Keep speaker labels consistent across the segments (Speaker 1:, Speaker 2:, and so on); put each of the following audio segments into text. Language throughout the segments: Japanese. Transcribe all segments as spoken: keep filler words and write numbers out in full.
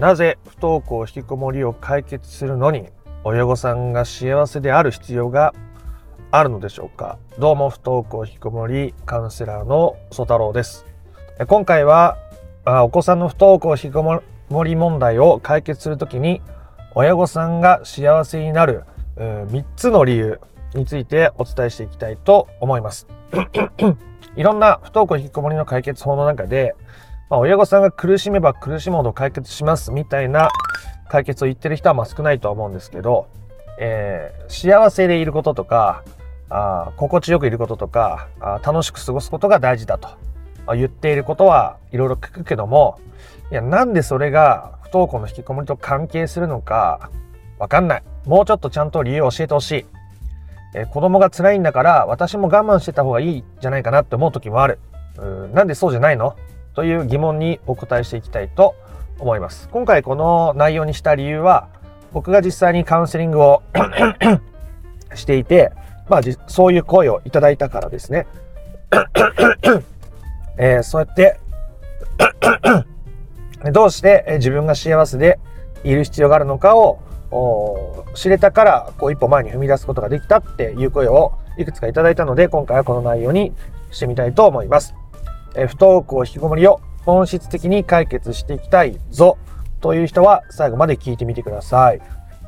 Speaker 1: なぜ不登校引きこもりを解決するのに親御さんが幸せである必要があるのでしょうか。どうも、不登校引きこもりカウンセラーの曽太郎です。今回はお子さんの不登校引きこもり問題を解決するときに親御さんが幸せになるみっつの理由についてお伝えしていきたいと思いますいろんな不登校引きこもりの解決法の中で、まあ、親御さんが苦しめば苦しむほど解決しますみたいな解決を言ってる人はまあ少ないとは思うんですけど、えー、幸せでいることとかあ心地よくいることとかあ楽しく過ごすことが大事だと、まあ、言っていることはいろいろ聞くけども、いやなんでそれが不登校の引きこもりと関係するのかわかんない。もうちょっとちゃんと理由を教えてほしい。えー、子供が辛いんだから私も我慢してた方がいいんじゃないかなって思う時もある。うーんなんでそうじゃないのという疑問にお答えしていきたいと思います。今回この内容にした理由は、僕が実際にカウンセリングをしていて、まあそういう声をいただいたからですね。えー、そうやってどうして自分が幸せでいる必要があるのかを知れたから、こう一歩前に踏み出すことができたっていう声をいくつかいただいたので、今回はこの内容にしてみたいと思います。えー、不登校引きこもりを本質的に解決していきたいぞという人は最後まで聞いてみてください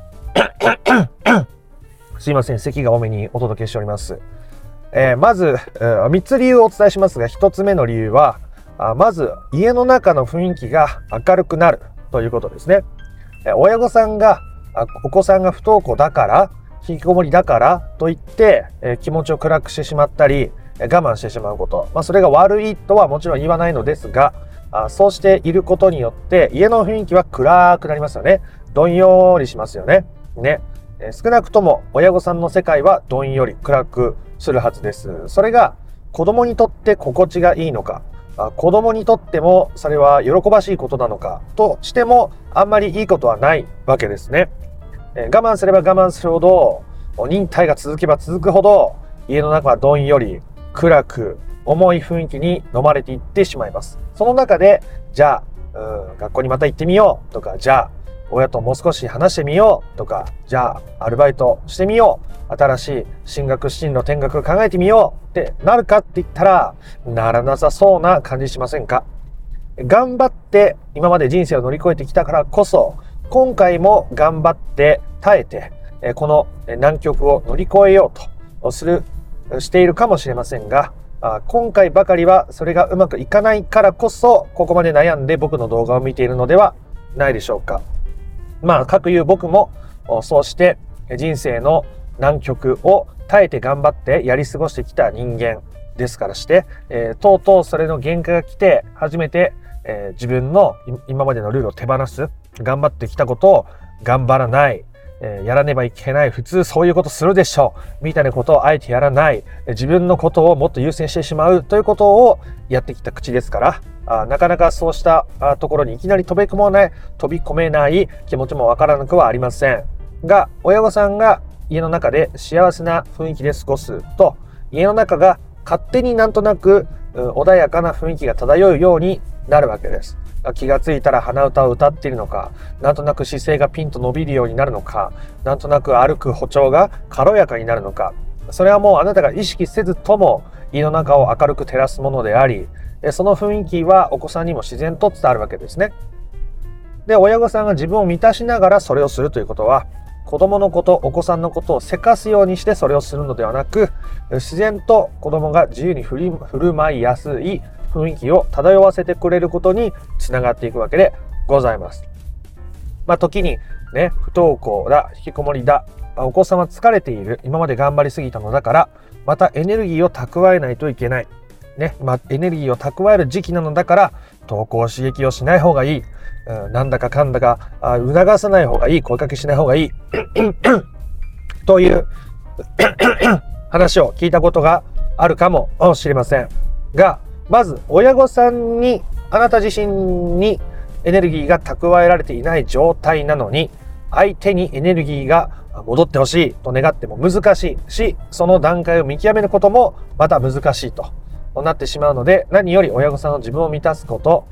Speaker 1: すいません、咳が多めにお届けしております。えー、まず、えー、みっつ理由をお伝えしますが、ひとつめの理由はあまず家の中の雰囲気が明るくなるということですね。えー、親御さんがお子さんが不登校だから引きこもりだからといって、えー、気持ちを暗くしてしまったり我慢してしまうこと、まあ、それが悪いとはもちろん言わないのですが、あそうしていることによって家の雰囲気は暗くなりますよね。どんよりしますよね。ね、えー、少なくとも親御さんの世界はどんより暗くするはずです。それが子供にとって心地がいいのか、あ子供にとってもそれは喜ばしいことなのかとしてもあんまりいいことはないわけですね。えー、我慢すれば我慢するほど、忍耐が続けば続くほど家の中はどんより暗く重い雰囲気に飲まれていってしまいます。その中でじゃあうん学校にまた行ってみようとか、じゃあ親ともう少し話してみようとか、じゃあアルバイトしてみよう、新しい進学進路転学考えてみようってなるかって言ったらならなさそうな感じしませんか。頑張って今まで人生を乗り越えてきたからこそ、今回も頑張って耐えてこの難局を乗り越えようとするしているかもしれませんが、今回ばかりはそれがうまくいかないからこそここまで悩んで僕の動画を見ているのではないでしょうか。まあ各いう僕もそうして人生の難局を耐えて頑張ってやり過ごしてきた人間ですからして、えー、とうとうそれの限界が来て初めて、えー、自分の今までのルールを手放す、頑張ってきたことを頑張らない、えー、やらねばいけない、普通そういうことするでしょうみたいなことをあえてやらない、自分のことをもっと優先してしまうということをやってきた口ですから、あなかなかそうしたところにいきなり飛び込まない飛び込めない気持ちもわからなくはありませんが、親御さんが家の中で幸せな雰囲気で過ごすと、家の中が勝手になんとなく穏やかな雰囲気が漂うようになるわけです。気がついたら鼻歌を歌っているのか、なんとなく姿勢がピンと伸びるようになるのか、なんとなく歩く歩調が軽やかになるのか、それはもうあなたが意識せずとも家の中を明るく照らすものであり、その雰囲気はお子さんにも自然と伝わるわけですね。で、親御さんが自分を満たしながらそれをするということは、子供のこと、お子さんのことをせかすようにしてそれをするのではなく、自然と子供が自由に振り振る舞いやすい雰囲気を漂わせてくれることにつながっていくわけでございます。まあ時にね、不登校だ、引きこもりだ、お子さんは疲れている、今まで頑張りすぎたのだからまたエネルギーを蓄えないといけないね、まあ、エネルギーを蓄える時期なのだから登校刺激をしない方がいい、うん、なんだかかんだかあ促さない方がいい、声かけしない方がいいという話を聞いたことがあるかもしれませんが、まず親御さんにあなた自身にエネルギーが蓄えられていない状態なのに相手にエネルギーが戻ってほしいと願っても難しいし、その段階を見極めることもまた難しいとなってしまうので、何より親御さんの自分を満たすこと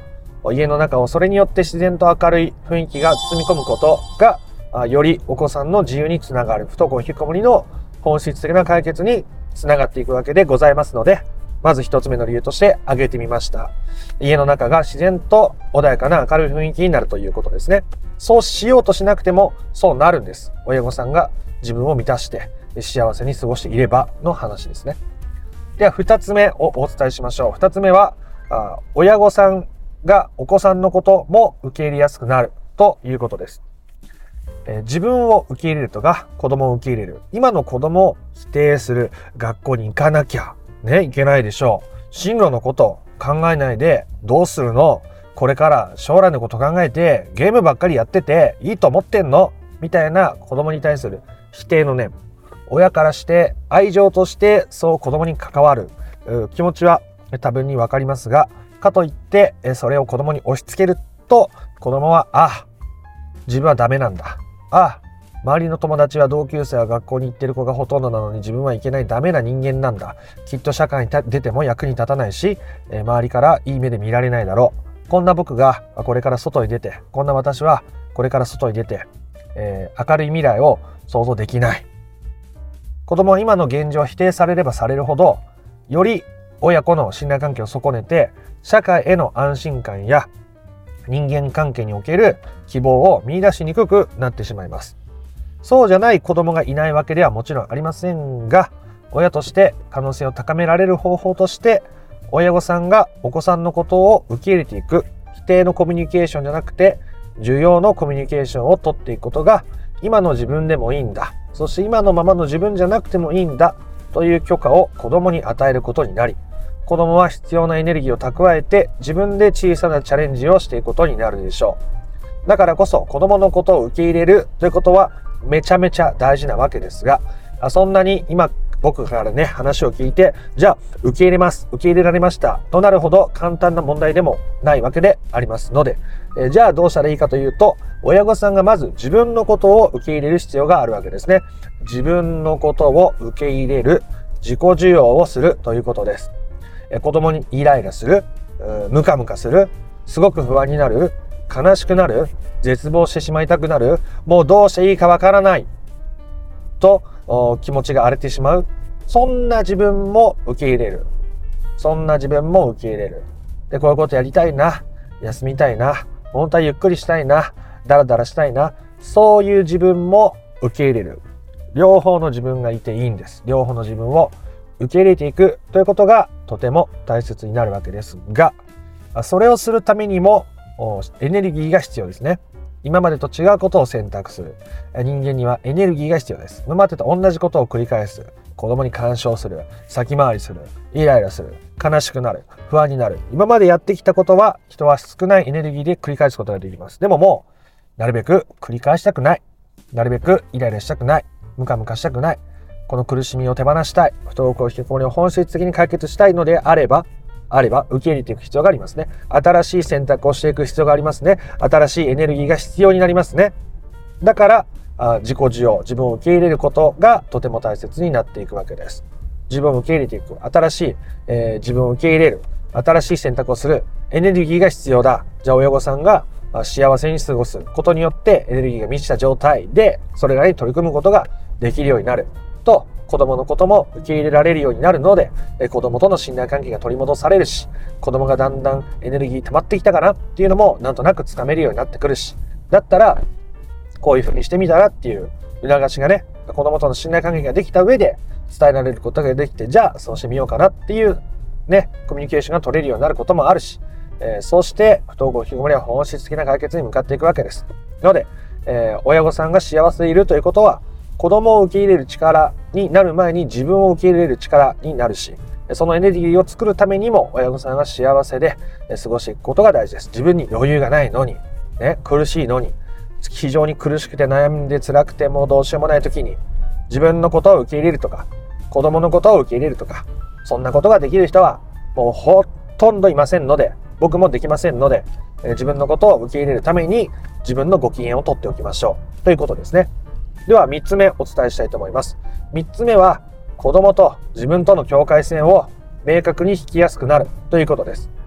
Speaker 1: 家の中をそれによって自然と明るい雰囲気が包み込むことが、よりお子さんの自由につながる不登校引きこもりの本質的な解決につながっていくわけでございますので、まず一つ目の理由として挙げてみました。家の中が自然と穏やかな明るい雰囲気になるということですね。そうしようとしなくてもそうなるんです。親御さんが自分を満たして幸せに過ごしていればの話ですね。では二つ目をお伝えしましょう。二つ目は、あ親御さんがお子さんのことも受け入れやすくなるということです。えー、自分を受け入れるとか子供を受け入れる。今の子供を否定する。学校に行かなきゃね、いけないでしょう。進路のこと考えないでどうするの？これから将来のこと考えてゲームばっかりやってていいと思ってんの？みたいな子供に対する否定の念。親からして愛情としてそう子供に関わる気持ちは多分にわかりますが、かといってそれを子供に押し付けると子供は、あ、自分はダメなんだ。あ、周りの友達は同級生は学校に行ってる子がほとんどなのに自分はいけないダメな人間なんだ。きっと社会に出ても役に立たないし、周りからいい目で見られないだろう。こんな僕がこれから外に出て、こんな私はこれから外に出て、えー、明るい未来を想像できない。子供は今の現状を否定されればされるほど、より親子の信頼関係を損ねて、社会への安心感や人間関係における希望を見出しにくくなってしまいます。そうじゃない子供がいないわけではもちろんありませんが、親として可能性を高められる方法として、親御さんがお子さんのことを受け入れていく、否定のコミュニケーションじゃなくて、需要のコミュニケーションを取っていくことが、今の自分でもいいんだ。そして今のままの自分じゃなくてもいいんだという許可を子供に与えることになり、子供は必要なエネルギーを蓄えて自分で小さなチャレンジをしていくことになるでしょう。だからこそ子供のことを受け入れるということはめちゃめちゃ大事なわけですが、そんなに今僕からね話を聞いて、じゃあ受け入れます、受け入れられましたとなるほど簡単な問題でもないわけでありますので、えじゃあどうしたらいいかというと、親御さんがまず自分のことを受け入れる必要があるわけですね。自分のことを受け入れる、自己受容をするということです。え子供にイライラする、ムカムカする、すごく不安になる、悲しくなる、絶望してしまいたくなる、もうどうしていいかわからないと気持ちが荒れてしまう。そんな自分も受け入れる。そんな自分も受け入れる。で、こういうことやりたいな、休みたいな、本当はゆっくりしたいな、ダラダラしたいな、そういう自分も受け入れる。両方の自分がいていいんです。両方の自分を受け入れていくということがとても大切になるわけですが、それをするためにもエネルギーが必要ですね。今までと違うことを選択する。人間にはエネルギーが必要です。今までと同じことを繰り返す。子供に干渉する。先回りする。イライラする。悲しくなる。不安になる。今までやってきたことは人は少ないエネルギーで繰り返すことができます。でももうなるべく繰り返したくない。なるべくイライラしたくない。ムカムカしたくない。この苦しみを手放したい。不登校引きこもりを本質的に解決したいのであれば、あれば受け入れていく必要がありますね。新しい選択をしていく必要がありますね。新しいエネルギーが必要になりますね。だからあ自己受容、自分を受け入れることがとても大切になっていくわけです。自分を受け入れていく、新しい、えー、自分を受け入れる、新しい選択をするエネルギーが必要だ。じゃあ親御さんが幸せに過ごすことによってエネルギーが満ちた状態でそれらに取り組むことができるようになると、子供のことも受け入れられるようになるので、子供との信頼関係が取り戻されるし、子供がだんだんエネルギー溜まってきたかなっていうのもなんとなくつかめるようになってくるし、だったらこういうふうにしてみたらっていう促しがね、子供との信頼関係ができた上で伝えられることができて、じゃあそうしてみようかなっていうね、コミュニケーションが取れるようになることもあるし、えー、そうして不登校引きこもりは本質的な解決に向かっていくわけです。ので、えー、親御さんが幸せでいるということは、子供を受け入れる力になる前に自分を受け入れる力になるし、そのエネルギーを作るためにも親御さんが幸せで過ごしていくことが大事です。自分に余裕がないのに、ね、苦しいのに、非常に苦しくて悩んで辛くてもうどうしようもない時に自分のことを受け入れるとか、子供のことを受け入れるとか、そんなことができる人はもうほとんどいませんので、僕もできませんので、自分のことを受け入れるために自分のご機嫌を取っておきましょうということですね。ではみっつめお伝えしたいと思います。みっつめは子供と自分との境界線を明確に引きやすくなるということです。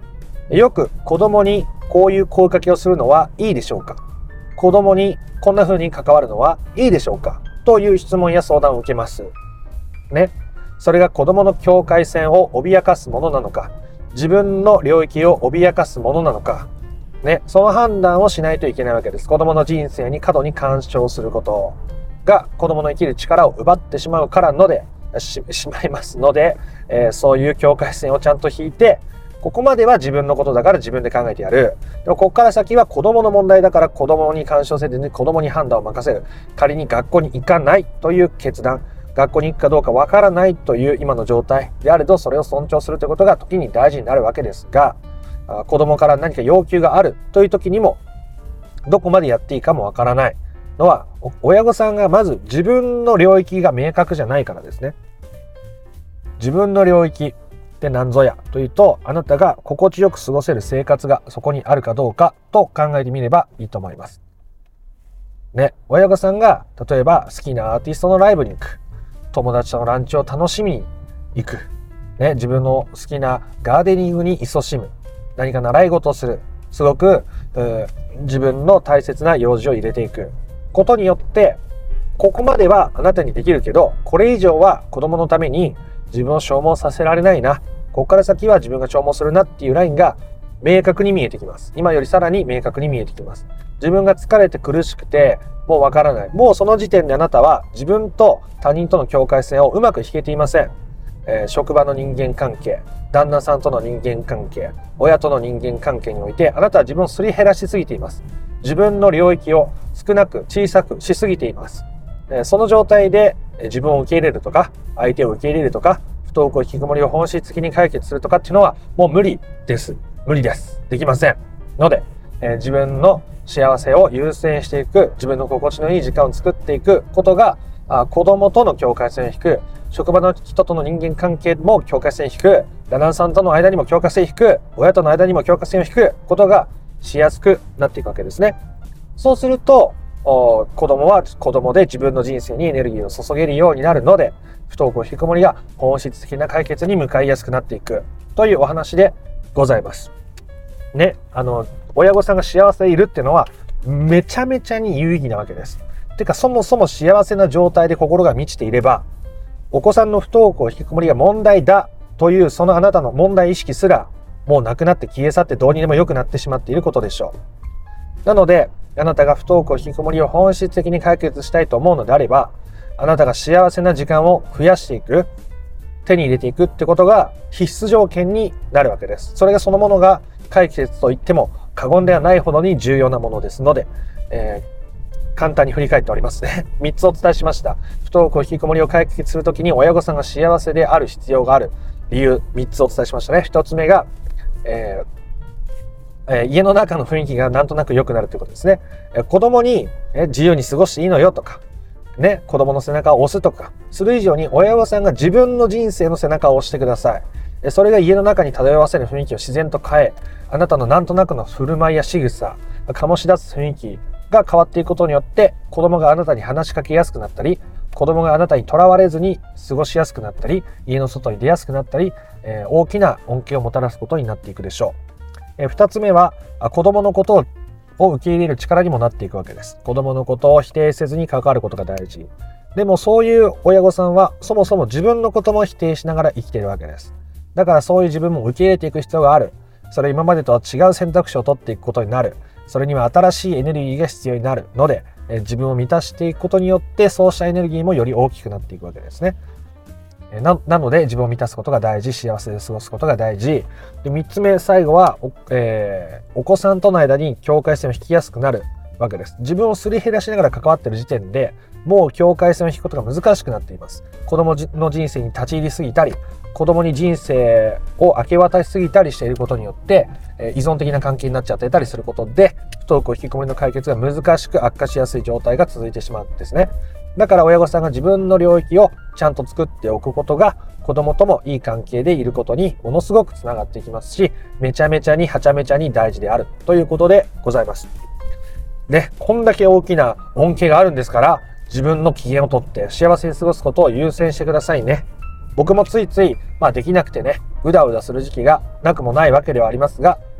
Speaker 1: よく子供にこういう声かけをするのはいいでしょうか？子供にこんな風に関わるのはいいでしょうか？という質問や相談を受けます。ね。それが子供の境界線を脅かすものなのか、自分の領域を脅かすものなのか、ね。その判断をしないといけないわけです。子供の人生に過度に干渉することが子供の生きる力を奪ってしまうからので、し, しまいますので、えー、そういう境界線をちゃんと引いて、ここまでは自分のことだから自分で考えてやる。でもここから先は子供の問題だから子供に干渉せずに子供に判断を任せる。仮に学校に行かないという決断、学校に行くかどうかわからないという今の状態であれど、それを尊重するということが時に大事になるわけですが、子供から何か要求があるという時にも、どこまでやっていいかもわからないのは、親御さんがまず自分の領域が明確じゃないからですね。自分の領域って何ぞやというと、あなたが心地よく過ごせる生活がそこにあるかどうかと考えてみればいいと思います。ね、親御さんが例えば好きなアーティストのライブに行く、友達とのランチを楽しみに行く、ね、自分の好きなガーデニングに勤しむ、何か習い事をする、すごく自分の大切な用事を入れていくことによって、ここまではあなたにできるけど、これ以上は子供のために自分を消耗させられないな、ここから先は自分が消耗するなっていうラインが明確に見えてきます。今よりさらに明確に見えてきます。自分が疲れて苦しくてもうわからない、もうその時点であなたは自分と他人との境界線をうまく引けていません。えー、職場の人間関係、旦那さんとの人間関係、親との人間関係において、あなたは自分をすり減らしすぎています。自分の領域を少なく小さくしすぎています。えー、その状態で自分を受け入れるとか、相手を受け入れるとか、不登校引きこもりを本質的に解決するとかっていうのはもう無理です。無理です。できません。ので、えー、自分の幸せを優先していく、自分の心地のいい時間を作っていくことが、あ子供との境界線を引く、職場の人との人間関係も境界線を引く、旦那さんとの間にも境界線を引く、親との間にも境界線を引くことがしやすくなっていくわけですね。そうすると、子供は子供で自分の人生にエネルギーを注げるようになるので、不登校引きこもりが本質的な解決に向かいやすくなっていくというお話でございます。ね、あの親御さんが幸せでいるっていうのはめちゃめちゃに有意義なわけです。てかそもそも幸せな状態で心が満ちていれば、お子さんの不登校引きこもりが問題だというそのあなたの問題意識すらもうなくなって消え去ってどうにでも良くなってしまっていることでしょう。なのであなたが不登校引きこもりを本質的に解決したいと思うのであれば、あなたが幸せな時間を増やしていく、手に入れていくってことが必須条件になるわけです。それがそのものが解決と言っても過言ではないほどに重要なものですので、えー、簡単に振り返っておりますね。みっつお伝えしました。不登校引きこもりを解決するときに親御さんが幸せである必要がある理由、みっつお伝えしましたね。ひとつめが、えーえー、家の中の雰囲気がなんとなく良くなるということですね。えー、子供に、えー、自由に過ごしていいのよとか、ね、子供の背中を押すとかする以上に、親御さんが自分の人生の背中を押してください。えー、それが家の中に漂わせる雰囲気を自然と変え、あなたのなんとなくの振る舞いや仕草、醸し出す雰囲気が変わっていくことによって、子供があなたに話しかけやすくなったり、子供があなたにとらわれずに過ごしやすくなったり、家の外に出やすくなったり、えー、大きな恩恵をもたらすことになっていくでしょう。えー、ふたつめは、子供のことを受け入れる力にもなっていくわけです。子供のことを否定せずに関わることが大事。でもそういう親御さんはそもそも自分のことも否定しながら生きているわけです。だからそういう自分も受け入れていく必要がある。それ今までとは違う選択肢を取っていくことになる。それには新しいエネルギーが必要になるので、え自分を満たしていくことによってそうしたエネルギーもより大きくなっていくわけですね。な, なので自分を満たすことが大事、幸せで過ごすことが大事で、みっつめ最後は お,、えー、お子さんとの間に境界線を引きやすくなるわけです。自分をすり減らしながら関わっている時点でもう境界線を引くことが難しくなっています。子供の人生に立ち入りすぎたり、子供に人生を明け渡しすぎたりしていることによって、えー、依存的な関係になっちゃってたりすることで、不登校引きこもりの解決が難しく悪化しやすい状態が続いてしまうんですね。だから親御さんが自分の領域をちゃんと作っておくことが、子供ともいい関係でいることにものすごくつながっていきますし、めちゃめちゃにはちゃめちゃに大事であるということでございます。で、こんだけ大きな恩恵があるんですから、自分の機嫌をとって幸せに過ごすことを優先してくださいね。僕もついつい、まあできなくてね、うだうだする時期がなくもないわけではありますが、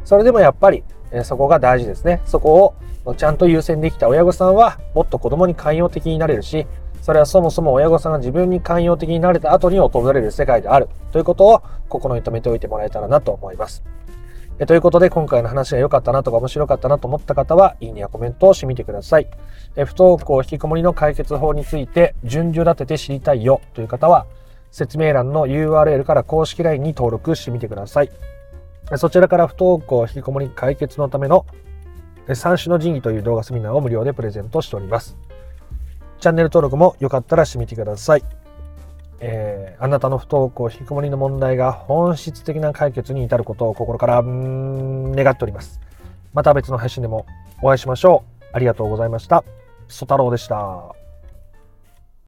Speaker 1: それでもやっぱり、えー、そこが大事ですね。そこをちゃんと優先できた親御さんはもっと子供に寛容的になれるし、それはそもそも親御さんが自分に寛容的になれた後に訪れる世界であるということを心に留めておいてもらえたらなと思います。えということで、今回の話が良かったなとか面白かったなと思った方は、いいねやコメントをしてみてください。え不登校引きこもりの解決法について順序立てて知りたいよという方は、説明欄の ユーアールエル から公式 ライン に登録してみてください。そちらから不登校引きこもり解決のための三種の神器という動画セミナーを無料でプレゼントしております。チャンネル登録もよかったらしてみてください。えー、あなたの不登校引きこもりの問題が本質的な解決に至ることを心から願っております。また別の配信でもお会いしましょう。ありがとうございました。ソ太郎でした。